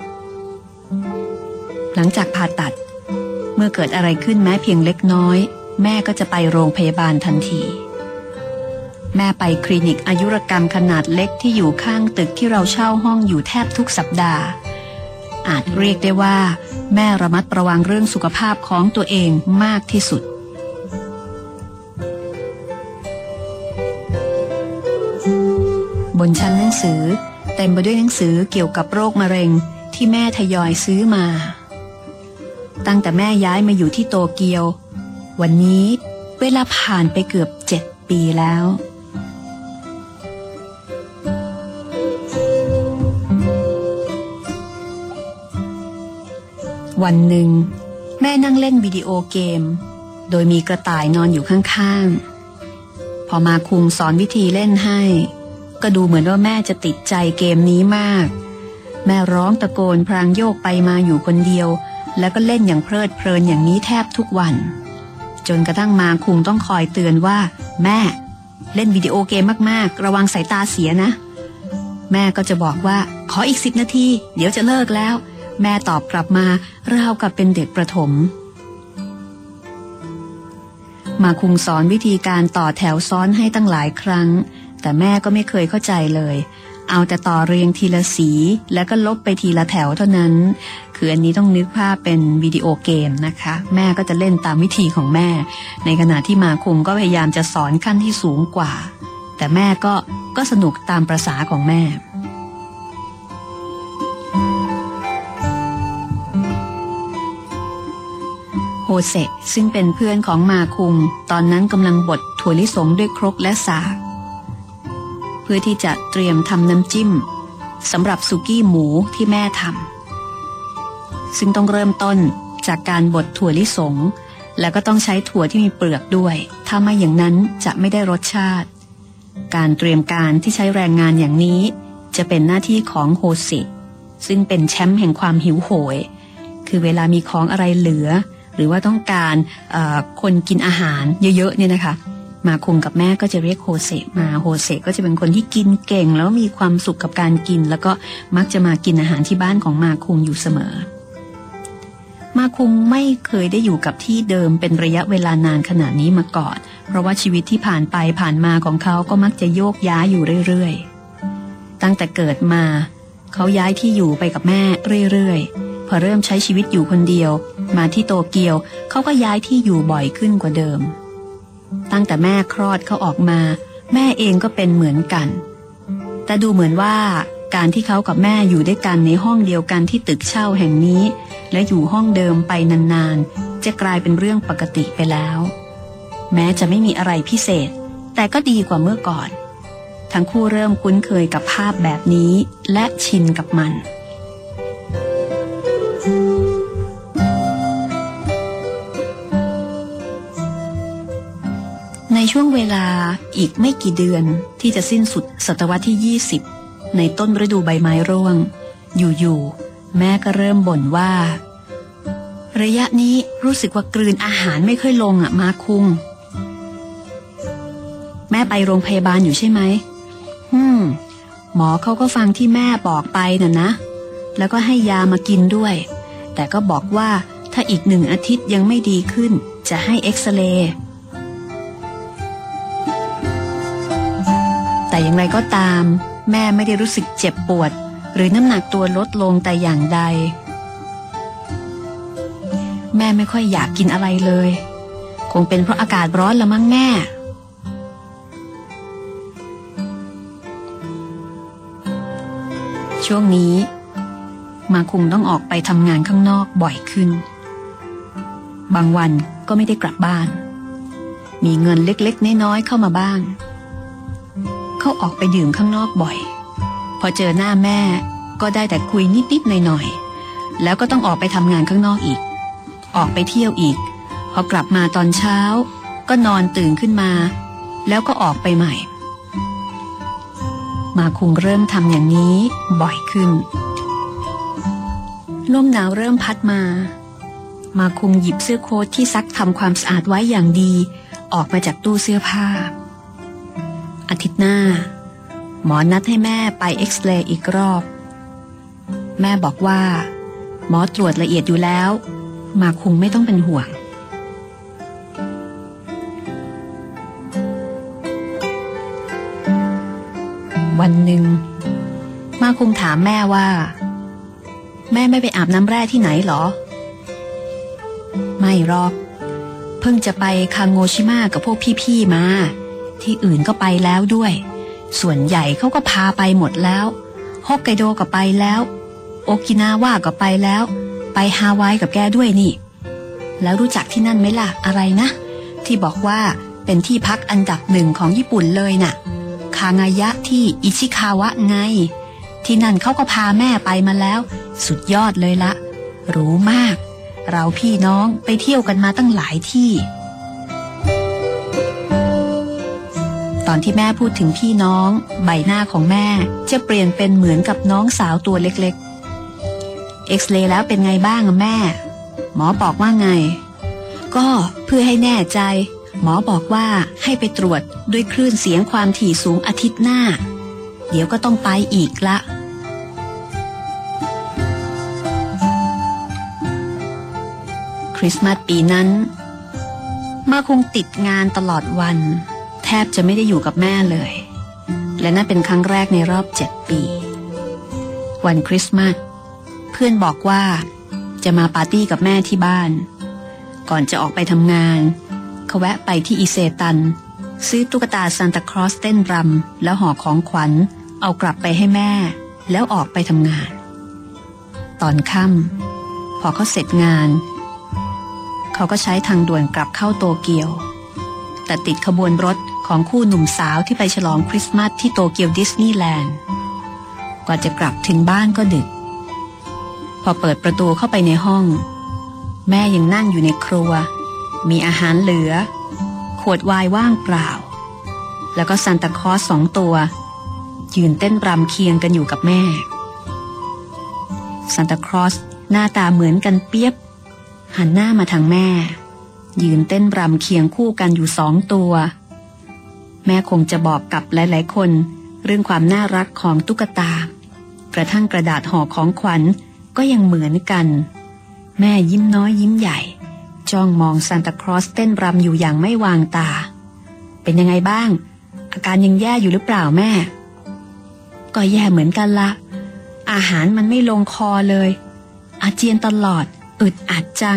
[SPEAKER 2] หลังจากผ่าตัดเมื่อเกิดอะไรขึ้นแม้เพียงเล็กน้อยแม่ก็จะไปโรงพยาบาลทันทีแม่ไปคลินิกอายุรกรรมขนาดเล็กที่อยู่ข้างตึกที่เราเช่าห้องอยู่แทบทุกสัปดาห์อาจเรียกได้ว่าแม่ระมัดระวังเรื่องสุขภาพของตัวเองมากที่สุดบนชั้นหนังสือเต็มไปด้วยหนังสือเกี่ยวกับโรคมะเร็งที่แม่ทยอยซื้อมาตั้งแต่แม่ย้ายมาอยู่ที่โตเกียววันนี้เวลาผ่านไปเกือบ7 ปีแล้ววันหนึ่งแม่นั่งเล่นวิดีโอเกมโดยมีกระต่ายนอนอยู่ข้างๆพอมาคุงสอนวิธีเล่นให้ก็ดูเหมือนว่าแม่จะติดใจเกมนี้มากแม่ร้องตะโกนพรางโยกไปมาอยู่คนเดียวแล้วก็เล่นอย่างเพลิดเพลินอย่างนี้แทบทุกวันจนกระทั่งมาคุงต้องคอยเตือนว่าแม่เล่นวิดีโอเกมมากๆระวังสายตาเสียนะแม่ก็จะบอกว่าขออีก10 นาทีเดี๋ยวจะเลิกแล้วแม่ตอบกลับมาราวกับเป็นเด็กประถมมาคุงสอนวิธีการต่อแถวซ้อนให้ตั้งหลายครั้งแต่แม่ก็ไม่เคยเข้าใจเลยเอาแต่ต่อเรียงทีละสีแล้วก็ลบไปทีละแถวเท่านั้นคืออันนี้ต้องนึกภาพเป็นวิดีโอเกมนะคะแม่ก็จะเล่นตามวิธีของแม่ในขณะที่มาคุงก็พยายามจะสอนขั้นที่สูงกว่าแต่แม่ก็สนุกตามประสาของแม่โฮเซซึ่งเป็นเพื่อนของมาคุงตอนนั้นกำลังบดถั่วลิสงด้วยครกและสากเพื่อที่จะเตรียมทำน้ำจิ้มสำหรับสุกี้หมูที่แม่ทำซึ่งต้องเริ่มต้นจากการบดถั่วลิสงแล้วก็ต้องใช้ถั่วที่มีเปลือกด้วยถ้าไม่อย่างนั้นจะไม่ได้รสชาติการเตรียมการที่ใช้แรงงานอย่างนี้จะเป็นหน้าที่ของโฮเซซึ่งเป็นแชมป์แห่งความหิวโหยคือเวลามีของอะไรเหลือหรือว่าต้องการคนกินอาหารเยอะๆเนี่ยนะคะมาคุงกับแม่ก็จะเรียกโฮเซมาโฮเซก็จะเป็นคนที่กินเก่งแล้วมีความสุขกับการกินแล้วก็มักจะมากินอาหารที่บ้านของมาคุงอยู่เสมอมาคุงไม่เคยได้อยู่กับที่เดิมเป็นระยะเวลานานขนาดนี้มาก่อนเพราะว่าชีวิตที่ผ่านไปผ่านมาของเขาก็มักจะโยกย้ายอยู่เรื่อยๆตั้งแต่เกิดมาเขาย้ายที่อยู่ไปกับแม่เรื่อยๆพอเริ่มใช้ชีวิตอยู่คนเดียวมาที่โตเกียวเขาก็ย้ายที่อยู่บ่อยขึ้นกว่าเดิมตั้งแต่แม่คลอดเขาออกมาแม่เองก็เป็นเหมือนกันแต่ดูเหมือนว่าการที่เขากับแม่อยู่ด้วยกันในห้องเดียวกันที่ตึกเช่าแห่งนี้และอยู่ห้องเดิมไปนานๆจะกลายเป็นเรื่องปกติไปแล้วแม้จะไม่มีอะไรพิเศษแต่ก็ดีกว่าเมื่อก่อนทั้งคู่เริ่มคุ้นเคยกับภาพแบบนี้และชินกับมันในช่วงเวลาอีกไม่กี่เดือนที่จะสิ้นสุดศตวรรษที่20ในต้นฤดูใบไม้ร่วงอยู่ๆแม่ก็เริ่มบ่นว่าระยะนี้รู้สึกว่ากลืนอาหารไม่ค่อยลงมาคุงแม่ไปโรงพยาบาลอยู่ใช่ไหมหมอเขาก็ฟังที่แม่บอกไปนะแล้วก็ให้ยามากินด้วยแต่ก็บอกว่าถ้าอีก1 อาทิตย์ยังไม่ดีขึ้นจะให้เอ็กซเรย์แต่อย่างไรก็ตามแม่ไม่ได้รู้สึกเจ็บปวดหรือน้ำหนักตัวลดลงแต่อย่างใดแม่ไม่ค่อยอยากกินอะไรเลยคงเป็นเพราะอากาศร้อนละมั้งแม่ช่วงนี้มาคุงต้องออกไปทำงานข้างนอกบ่อยขึ้นบางวันก็ไม่ได้กลับบ้านมีเงินเล็กๆน้อยๆเข้ามาบ้างเขาออกไปดื่มข้างนอกบ่อยพอเจอหน้าแม่ก็ได้แต่คุยนิดๆหน่อยๆแล้วก็ต้องออกไปทำงานข้างนอกอีกออกไปเที่ยวอีกพอกลับมาตอนเช้าก็นอนตื่นขึ้นมาแล้วก็ออกไปใหม่มาคุงเริ่มทำอย่างนี้บ่อยขึ้นลมหนาวเริ่มพัดมาคุงหยิบเสื้อโค้ทที่ซักทำความสะอาดไว้อย่างดีออกมาจากตู้เสื้อผ้าอาทิตย์หน้าหมอนัดให้แม่ไปเอ็กซเรย์อีกรอบแม่บอกว่าหมอตรวจละเอียดอยู่แล้วมาคุงไม่ต้องเป็นห่วงวันหนึ่งมาคุงถามแม่ว่าแม่ไม่ไปอาบน้ำแร่ที่ไหนหรอไม่หรอกเพิ่งจะไปคางโงชิมะกับพวกพี่ๆมาที่อื่นก็ไปแล้วด้วยส่วนใหญ่เขาก็พาไปหมดแล้วฮอกไกโดก็ไปแล้วโอกินาวาก็ไปแล้วไปฮาวายกับแกด้วยนี่แล้วรู้จักที่นั่นไหมล่ะอะไรนะที่บอกว่าเป็นที่พักอันดับหนึ่งของญี่ปุ่นเลยน่ะคางายะที่อิชิคาวะไงที่นั่นเขาก็พาแม่ไปมาแล้วสุดยอดเลยละรู้มากเราพี่น้องไปเที่ยวกันมาตั้งหลายที่ตอนที่แม่พูดถึงพี่น้องใบหน้าของแม่จะเปลี่ยนเป็นเหมือนกับน้องสาวตัวเล็กๆเอ็กซเรย์แล้วเป็นไงบ้างอะแม่หมอบอกว่าไงก็เพื่อให้แน่ใจหมอบอกว่าให้ไปตรวจด้วยคลื่นเสียงความถี่สูงอาทิตย์หน้าเดี๋ยวก็ต้องไปอีกละคริสต์มาสปีนั้นมาคงติดงานตลอดวันแทบจะไม่ได้อยู่กับแม่เลยและนั่นเป็นครั้งแรกในรอบ7 ปีวันคริสต์มาสเพื่อนบอกว่าจะมาปาร์ตี้กับแม่ที่บ้านก่อนจะออกไปทำงานเขาแวะไปที่อิเซตันซื้อตุ๊กตาซานตาคลอสเต้นรำแล้วห่อของขวัญเอากลับไปให้แม่แล้วออกไปทำงานตอนค่ำพอเขาเสร็จงานเขาก็ใช้ทางด่วนกลับเข้าโตเกียวแต่ติดขบวนรถของคู่หนุ่มสาวที่ไปฉลองคริสต์มาสที่โตเกียวดิสนีย์แลนด์กว่าจะกลับถึงบ้านก็ดึกพอเปิดประตูเข้าไปในห้องแม่ยังนั่งอยู่ในครัวมีอาหารเหลือขวดไวน์ว่างเปล่าแล้วก็ซานตาคลอส2 ตัวยืนเต้นรำเคียงกันอยู่กับแม่ซานตาคลอสหน้าตาเหมือนกันเปียบหันหน้ามาทางแม่ยืนเต้นรำเคียงคู่กันอยู่2 ตัวแม่คงจะบอกกับหลายๆคนเรื่องความน่ารักของตุ๊กตากระทั่งกระดาษห่อของขวัญก็ยังเหมือนกันแม่ยิ้มน้อยยิ้มใหญ่จ้องมองซานตาคลอสเต้นรำอยู่อย่างไม่วางตาเป็นยังไงบ้างอาการยังแย่อยู่หรือเปล่าแม่ก็แย่เหมือนกันละอาหารมันไม่ลงคอเลยอาเจียนตลอดอึดอัดจัง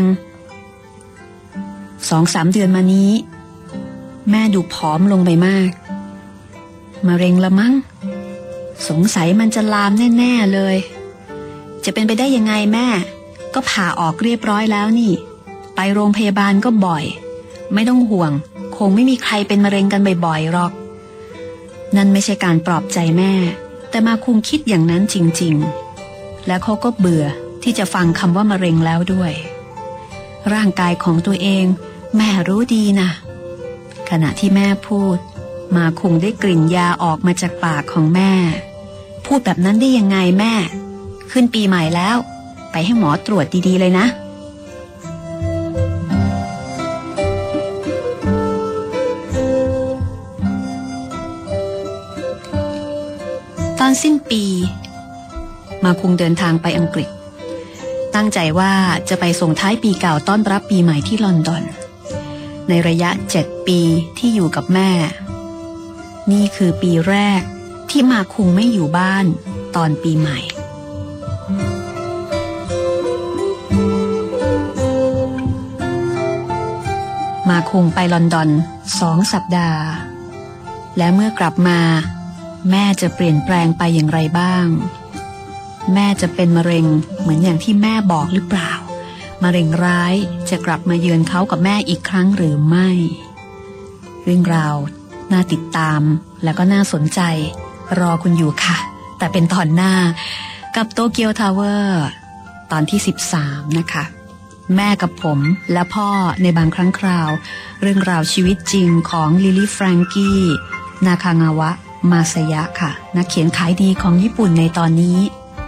[SPEAKER 2] 2-3 เดือนมานี้แม่ดูผอมลงไปมากมะเร็งละมั้งสงสัยมันจะลามแน่ๆเลยจะเป็นไปได้ยังไงแม่ก็ผ่าออกเรียบร้อยแล้วนี่ไปโรงพยาบาลก็บ่อยไม่ต้องห่วงคงไม่มีใครเป็นมะเร็งกันบ่อยๆหรอกนั่นไม่ใช่การปลอบใจแม่แต่มาคุงคิดอย่างนั้นจริงๆแล้วเขาก็เบื่อที่จะฟังคำว่ามะเร็งแล้วด้วยร่างกายของตัวเองแม่รู้ดีนะขณะที่แม่พูดมาคุงได้กลิ่นยาออกมาจากปากของแม่พูดแบบนั้นได้ยังไงแม่ขึ้นปีใหม่แล้วไปให้หมอตรวจดีๆเลยนะตอนสิ้นปีมาคุงเดินทางไปอังกฤษตั้งใจว่าจะไปส่งท้ายปีเก่าต้อนรับปีใหม่ที่ลอนดอนในระยะ7 ปีที่อยู่กับแม่นี่คือปีแรกที่มาคุงไม่อยู่บ้านตอนปีใหม่มาคุงไปลอนดอน2 สัปดาห์และเมื่อกลับมาแม่จะเปลี่ยนแปลงไปอย่างไรบ้างแม่จะเป็นมะเร็งเหมือนอย่างที่แม่บอกหรือเปล่ามะเร็งร้ายจะกลับมาเยือนเขากับแม่อีกครั้งหรือไม่เรื่องราวน่าติดตามแล้วก็น่าสนใจรอคุณอยู่ค่ะแต่เป็นตอนหน้ากับโตเกียวทาวเวอร์ตอนที่13นะคะแม่กับผมและพ่อในบางครั้งคราวเรื่องราวชีวิตจริงของลิลี่แฟรงกี้นาคางาวะมาซายะค่ะนักเขียนขายดีของญี่ปุ่นในตอนนี้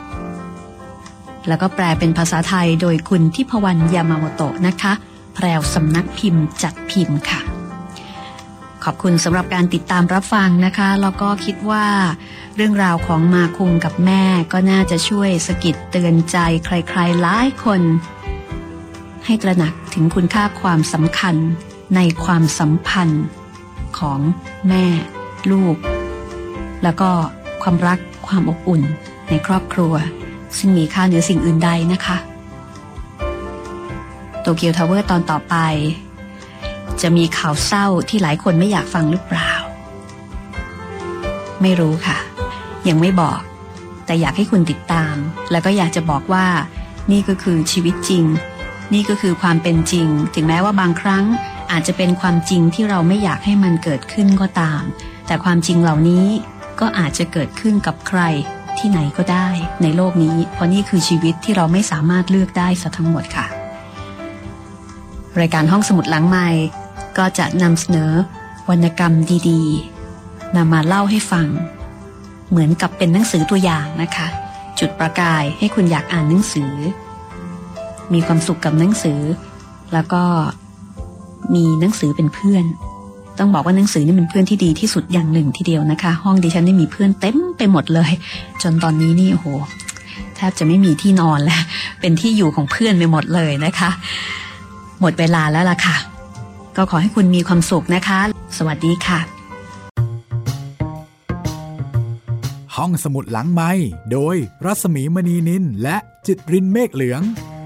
[SPEAKER 2] แล้วก็แปลเป็นภาษาไทยโดยคุณทิพวรรณยามาโมโตะนะคะแพรวสำนักพิมพ์จัดพิมพ์ค่ะขอบคุณสำหรับการติดตามรับฟังนะคะแล้วก็คิดว่าเรื่องราวของมาคุงกับแม่ก็น่าจะช่วยสะกิดเตือนใจใครๆหลายคนให้ตระหนักถึงคุณค่าความสำคัญในความสัมพันธ์ของแม่ลูกแล้วก็ความรักความอบอุ่นในครอบครัวซึ่งมีค่าเหนือสิ่งอื่นใดนะคะโตเกียวทาวเวอร์ตอนต่อไปจะมีข่าวเศร้าที่หลายคนไม่อยากฟังหรือเปล่าไม่รู้ค่ะยังไม่บอกแต่อยากให้คุณติดตามแล้วก็อยากจะบอกว่านี่ก็คือชีวิตจริงนี่ก็คือความเป็นจริงถึงแม้ว่าบางครั้งอาจจะเป็นความจริงที่เราไม่อยากให้มันเกิดขึ้นก็ตามแต่ความจริงเหล่านี้ก็อาจจะเกิดขึ้นกับใครที่ไหนก็ได้ในโลกนี้เพราะนี่คือชีวิตที่เราไม่สามารถเลือกได้ซะทั้งหมดค่ะรายการห้องสมุดหลังไมค์ก็จะนำเสนอวรรณกรรมดีๆนำมาเล่าให้ฟังเหมือนกับเป็นหนังสือตัวอย่างนะคะจุดประกายให้คุณอยากอ่านหนังสือมีความสุขกับหนังสือแล้วก็มีหนังสือเป็นเพื่อนต้องบอกว่าหนังสือนี่เป็นเพื่อนที่ดีที่สุดอย่างหนึ่งทีเดียวนะคะห้องดิฉันได้มีเพื่อนเต็มไปหมดเลยจนตอนนี้นี่โอ้โหแทบจะไม่มีที่นอนแล้วเป็นที่อยู่ของเพื่อนไปหมดเลยนะคะหมดเวลาแล้วล่ะค่ะก็ขอให้คุณมีความสุขนะคะสวัสดีค่ะ
[SPEAKER 1] ห้องสมุดหลังไมค์โดยรัศมีมณีนินและจิตรินเมฆเหลือง